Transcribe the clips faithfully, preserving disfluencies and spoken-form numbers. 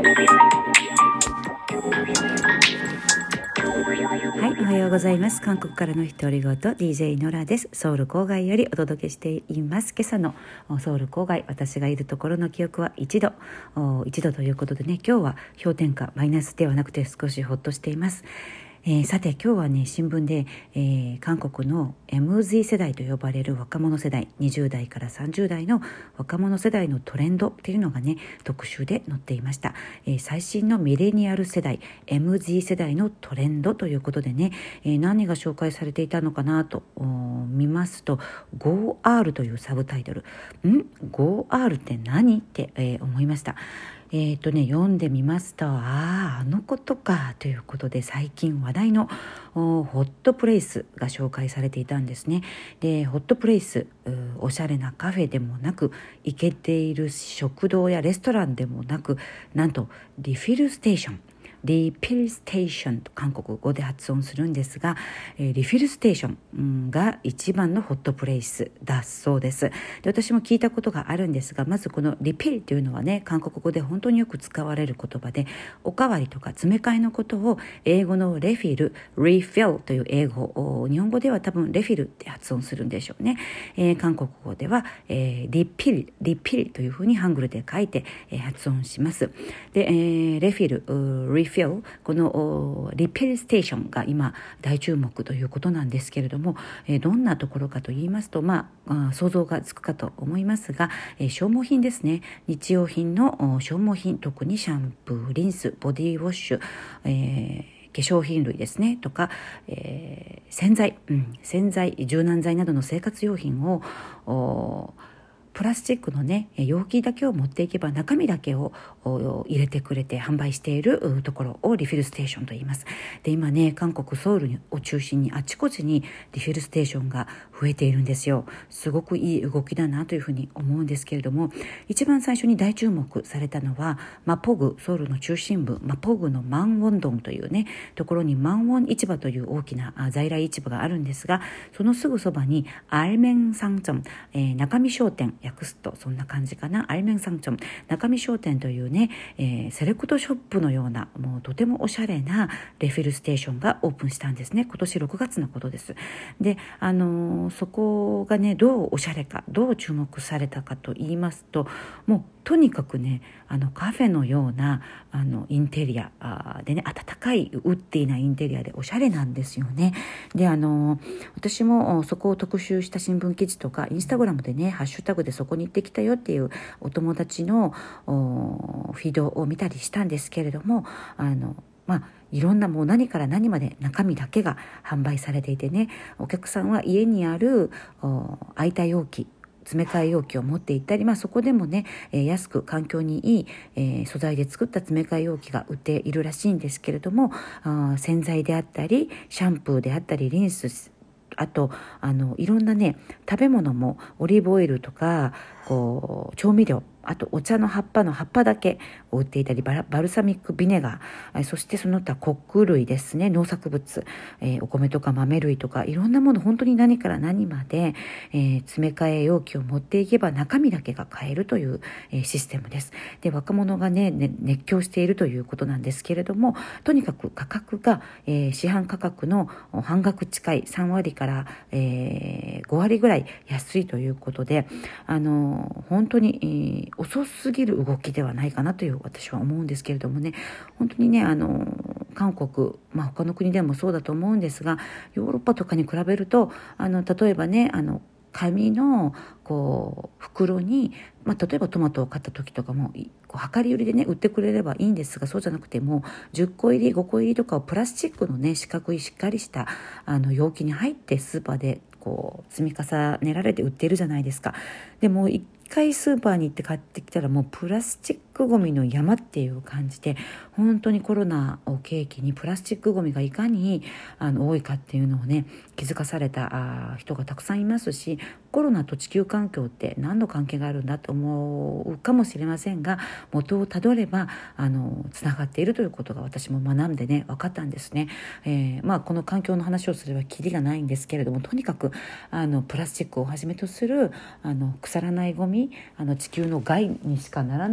はい、おはようございます。韓国からの独り言 ディージェー ノラです。ソウル郊外よりお届けしています。今朝のソウル郊外、私がいるところの気温はいちど、いちどということでね、今日は氷点下マイナスではなくて少しほっとしています。えー、さて今日はね、新聞で、えー、韓国の エムゼット 世代と呼ばれる若者世代、にじゅう代からさんじゅう代の若者世代のトレンドっていうのがね、特集で載っていました。えー、最新のミレニアル世代 エムゼット 世代のトレンドということでね、えー、何が紹介されていたのかなと見ますと ゴーアール というサブタイトル。ん ゴーアール って何って、えー、思いました。えーとね、読んでみますと、ああ、あのことかということで、最近話題のホットプレイスが紹介されていたんですね。で、ホットプレイス、おしゃれなカフェでもなく、イケている食堂やレストランでもなく、なんとリフィルステーション、リフィルステーションと韓国語で発音するんですが、リフィルステーションが一番のホットプレイスだそうです。で、私も聞いたことがあるんですが、まずこのリフィルというのはね、韓国語で本当によく使われる言葉で、おかわりとか詰め替えのことを英語のレフィル、リフィルという英語、日本語では多分レフィルって発音するんでしょうね。えー、韓国語では、えー、リピル、リピルというふうにハングルで書いて、えー、発音します。で、えー、レフィル、リフィル、このリフィルステーションが今大注目ということなんですけれども、えー、どんなところかと言いますと、まあ、あ想像がつくかと思いますが、えー、消耗品ですね。日用品の消耗品、特にシャンプー、リンス、ボディウォッシュ、えー化粧品類ですねとか、えー、洗剤、うん、洗剤、柔軟剤などの生活用品をプラスチックのね、容器だけを持っていけば中身だけを入れてくれて販売しているところをリフィルステーションと言います。で、今ね、韓国ソウルを中心にあちこちにリフィルステーションが増えているんですよ。すごくいい動きだなというふうに思うんですけれども、一番最初に大注目されたのはマポグ、ソウルの中心部マポグのマンウォンドンというねところにマンウォン市場という大きな在来市場があるんですが、そのすぐそばにアルメン상점、えー、中身商店、訳すとそんな感じかな。アルメン상점、中身商店というね、えー、セレクトショップのような、もうとてもおしゃれなレフィルステーションがオープンしたんですね。今年ろくがつのことです。で、あのー、そこがね、どうおしゃれか、どう注目されたかと言いますと、もうとにかくね、あのカフェのようなあのインテリアでね、温かいウッディなインテリアでおしゃれなんですよね。で、あの私もそこを特集した新聞記事とかインスタグラムでね、ハッシュタグでそこに行ってきたよっていうお友達のフィードを見たりしたんですけれども、あのまあいろんなもう何から何まで中身だけが販売されていてね、お客さんは家にある空いた容器、詰め替え容器を持って行ったり、まあ、そこでもね、えー、安く環境にいい、えー、素材で作った詰め替え容器が売っているらしいんですけれども、あ洗剤であったりシャンプーであったりリンス、あとあのいろんなね食べ物もオリーブオイルとかこう調味料、あとお茶の葉っぱの葉っぱだけを売っていたり、バラバルサミックビネガー、そしてその他穀類ですね、農作物、えー、お米とか豆類とかいろんなもの、本当に何から何まで、えー、詰め替え容器を持っていけば中身だけが買えるという、えー、システムです。で、若者がね、ね熱狂しているということなんですけれども、とにかく価格が、えー、市販価格の半額近いさんわりから、えー、ごわりぐらい安いということで、あの本当に、えー、遅すぎる動きではないかなという私は思うんですけれどもね、本当にね、あの韓国、まあ、他の国でもそうだと思うんですが、ヨーロッパとかに比べると、あの例えばね、あの紙のこう袋に、まあ、例えばトマトを買った時とかもこう量り売りでね売ってくれればいいんですが、そうじゃなくてもじゅっこ入りごこ入りとかをプラスチックのね四角いしっかりしたあの容器に入ってスーパーでこう積み重ねられて売っているじゃないですか。でも一回スーパーに行って買ってきたらもうプラスチックゴミの山っていう感じで、本当にコロナを契機にプラスチックゴミがいかにあの多いかっていうのをね気づかされた人がたくさんいますし、コロナと地球環境って何の関係があるんだと思うかもしれませんが、元をたどればあのつながっているということが私も学んでね分かったんですね。えーまあ、この環境の話をすればキリがないんですけれども、とにかくあのプラスチックをはじめとするあの腐らないゴミ、あの地球の害にしかならないような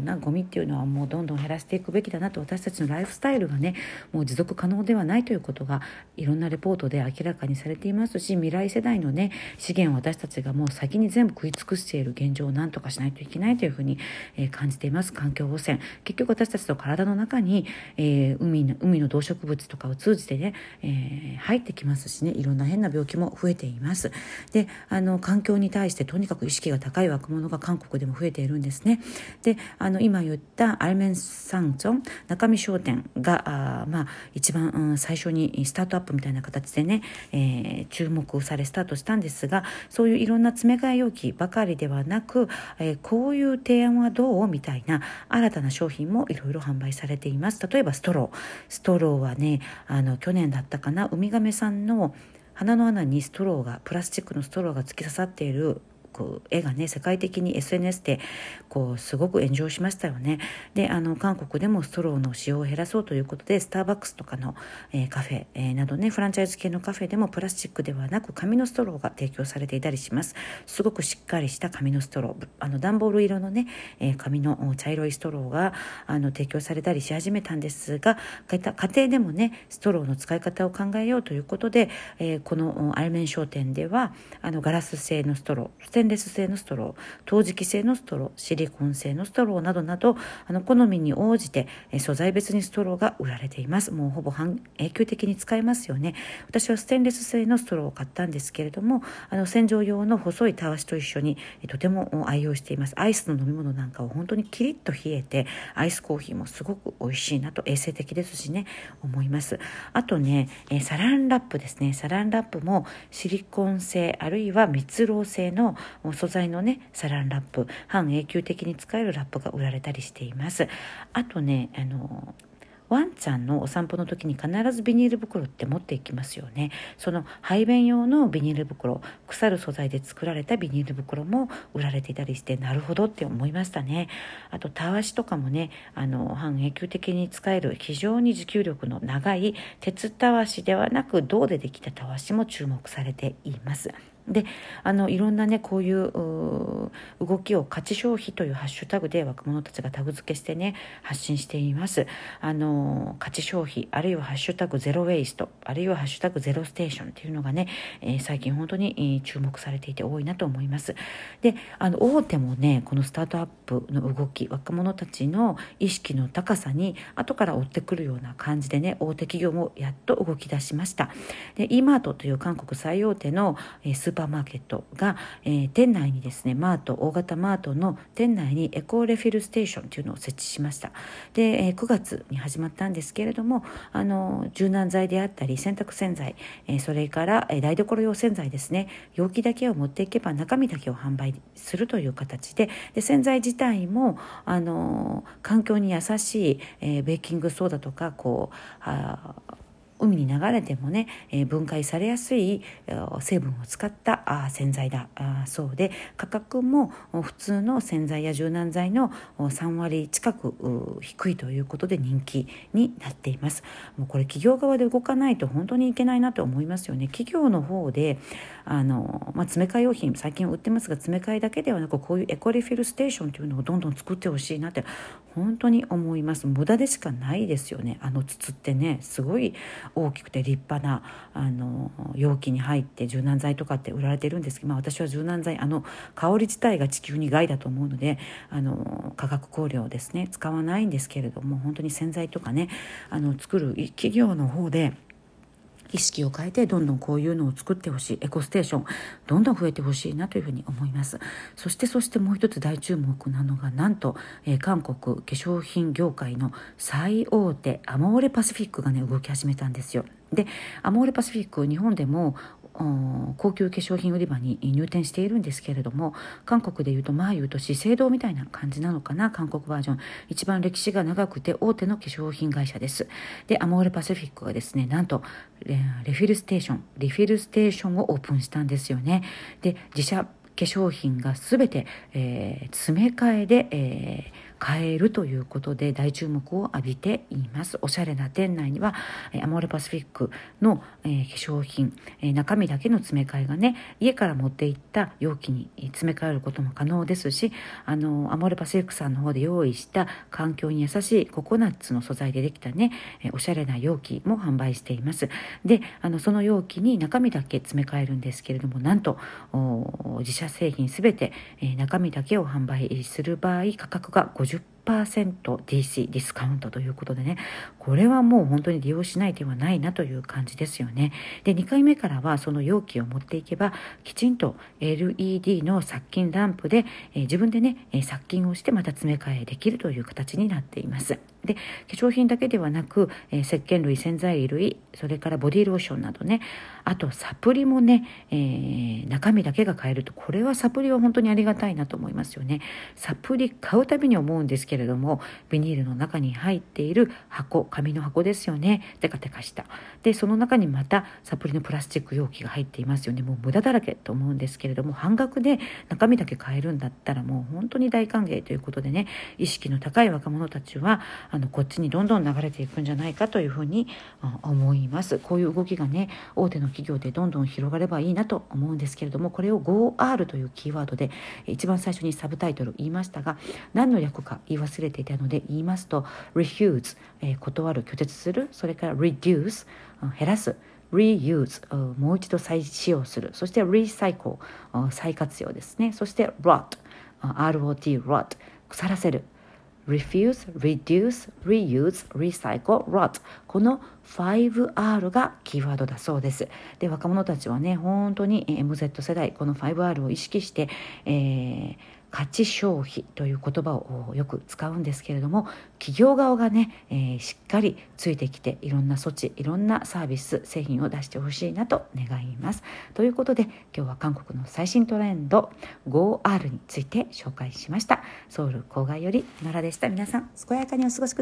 なゴミっていうのはもうどんどん減らしていくべきだなと、私たちのライフスタイルがねもう持続可能ではないということがいろんなレポートで明らかにされていますし、未来世代のね資源を私たちがもう先に全部食い尽くしている現状を何とかしないといけないというふうに、えー、感じています。環境汚染、結局私たちの体の中に、えー、海の、海の動植物とかを通じてね、えー、入ってきますしね、いろんな変な病気も増えています。で、あの環境に対してとにかく意識が高い若者が韓国でも増えているんですね。で、あの今言ったアルメンサンチョン中身商店があ、まあ、一番、うん、最初にスタートアップみたいな形でね、えー、注目されスタートしたんですが、そういういろんな詰め替え容器ばかりではなく、えー、こういう提案はどうみたいな新たな商品もいろいろ販売されています。例えばストローストローはね、あの去年だったかな、ウミガメさんの鼻の穴にストローがプラスチックのストローが突き刺さっているこう絵がね世界的に エスエヌエス でこうすごく炎上しましたよね。で、あの韓国でもストローの使用を減らそうということでスターバックスとかの、えー、カフェ、えー、などねフランチャイズ系のカフェでもプラスチックではなく紙のストローが提供されていたりします。すごくしっかりした紙のストロー、あの段ボール色のね、えー、紙の茶色いストローがあの提供されたりし始めたんですが、家庭でもねストローの使い方を考えようということで、えー、このアルメン商店ではあのガラス製のストロー、ステンレス製のストロー、陶磁器製のストロー、シリコン製のストローなどなど、あの好みに応じて素材別にストローが売られています。もうほぼ半永久的に使えますよね。私はステンレス製のストローを買ったんですけれども、あの洗浄用の細いたわしと一緒にとても愛用しています。アイスの飲み物なんかを本当にキリッと冷えて、アイスコーヒーもすごく美味しいなと、衛生的ですしね、思います。あとね、サランラップですね。サランラップもシリコン製あるいは蜜蝋製の素材のねサランラップ、半永久的に使えるラップが売られたりしています。あとね、あのワンちゃんのお散歩の時に必ずビニール袋って持っていきますよね。その排便用のビニール袋、腐る素材で作られたビニール袋も売られていたりして、なるほどって思いましたね。あとたわしとかもね、あの半永久的に使える非常に持久力の長い鉄たわしではなく銅でできたたわしも注目されています。で、あのいろんなねこういう動きを価値消費というハッシュタグで若者たちがタグ付けしてね発信しています。あの価値消費、あるいはハッシュタグゼロウェイスト、あるいはハッシュタグゼロステーションっていうのがね、えー、最近本当に、えー、注目されていて多いなと思います。で、あの大手もねこのスタートアップの動き、若者たちの意識の高さに後から追ってくるような感じでね、大手企業もやっと動き出しました。で、イーマートという韓国最大手の、えー、スーパーマーケットが、えー、店内にですねマート、大型マートの店内にエコーレフィルステーションというのを設置しました。で、えー、くがつに始まったんですけれども、あの柔軟剤であったり洗濯洗剤、えー、それから、えー、台所用洗剤ですね、容器だけを持っていけば中身だけを販売するという形で、で洗剤自体もあの環境に優しい、えー、ベーキングソーダとかこうあ海に流れてもね、えー、分解されやすい成分を使ったあ洗剤だあそうで、価格も普通の洗剤や柔軟剤のさんわり近く低いということで人気になっています。もうこれ企業側で動かないと本当にいけないなと思いますよね。企業の方であの、まあ、詰め替え用品最近売ってますが、詰め替えだけではなくこういうエコリフィルステーションというのをどんどん作ってほしいなって本当に思います。無駄でしかないですよね。あの筒ってねすごい大きくて立派なあの容器に入って柔軟剤とかって売られてるんですけど、まあ、私は柔軟剤あの香り自体が地球に害だと思うのであの化学香料ですね使わないんですけれども、本当に洗剤とかねあの作る企業の方で意識を変えてどんどんこういうのを作ってほしい、エコステーションどんどん増えてほしいなというふうに思います。そしてそしてもう一つ大注目なのがなんと、えー、韓国化粧品業界の最大手アモーレパシフィックがね動き始めたんですよ。で、アモーレパシフィック日本でも高級化粧品売り場に入店しているんですけれども、韓国でいうとまあいうと資生堂みたいな感じなのかな、韓国バージョン一番歴史が長くて大手の化粧品会社です。で、アモーレパシフィックがですねなんとレフィルステーションリフィルステーションをオープンしたんですよね。で、自社化粧品がすべて、えー、詰め替えで、えー変えるということで大注目を浴びています。おしゃれな店内にはアモーレパシフィックの、えー、化粧品、えー、中身だけの詰め替えがね、家から持っていった容器に詰め替えることも可能ですし、あのアモーレパシフィックさんの方で用意した環境に優しいココナッツの素材でできたね、えー、おしゃれな容器も販売しています。で、あのその容器に中身だけ詰め替えるんですけれども、なんと自社製品すべて、えー、中身だけを販売する場合、価格が ごじゅっパーセント ディーシー ディスカウントということでね、これはもう本当に利用しない手はないなという感じですよね。で、にかいめからはその容器を持っていけば、きちんと エルイーディー の殺菌ランプで、えー、自分でね、殺菌をしてまた詰め替えできるという形になっています。で、化粧品だけではなく、えー、石鹸類、洗剤類、それからボディローションなどね、あとサプリもね、えー、中身だけが買えると、これはサプリは本当にありがたいなと思いますよね。サプリ買うたびに思うんですけれども、ビニールの中に入っている箱、紙の箱ですよね、テカテカした。で、その中にまたサプリのプラスチック容器が入っていますよね。もう無駄だらけと思うんですけれども、半額で中身だけ買えるんだったらもう本当に大歓迎ということでね、意識の高い若者たちはあのこっちにどんどん流れていくんじゃないかというふうに思います。こういう動きがね、大手の企業でどんどん広がればいいなと思うんですけれども、これを ゴーアール というキーワードで一番最初にサブタイトル言いましたが、何の略か言い忘れていたので言いますと、 refuse、えー、断る、拒絶する、それから reduce、減らす、reuse、もう一度再使用する、そして recycle、再活用ですね、そして rot、 アールオーティー rot、 腐らせる、refuse、reduce、reuse、recycle、rot、 この ファイブアール がキーワードだそうです。で、若者たちはね、本当に エムゼット 世代、この ファイブアール を意識して、えー価値消費という言葉をよく使うんですけれども、企業側がね、えー、しっかりついてきて、いろんな措置、いろんなサービス、製品を出してほしいなと願います。ということで、今日は韓国の最新トレンド ゴーアール について紹介しました。ソウル郊外よりノラでした。皆さん健やかにお過ごしください。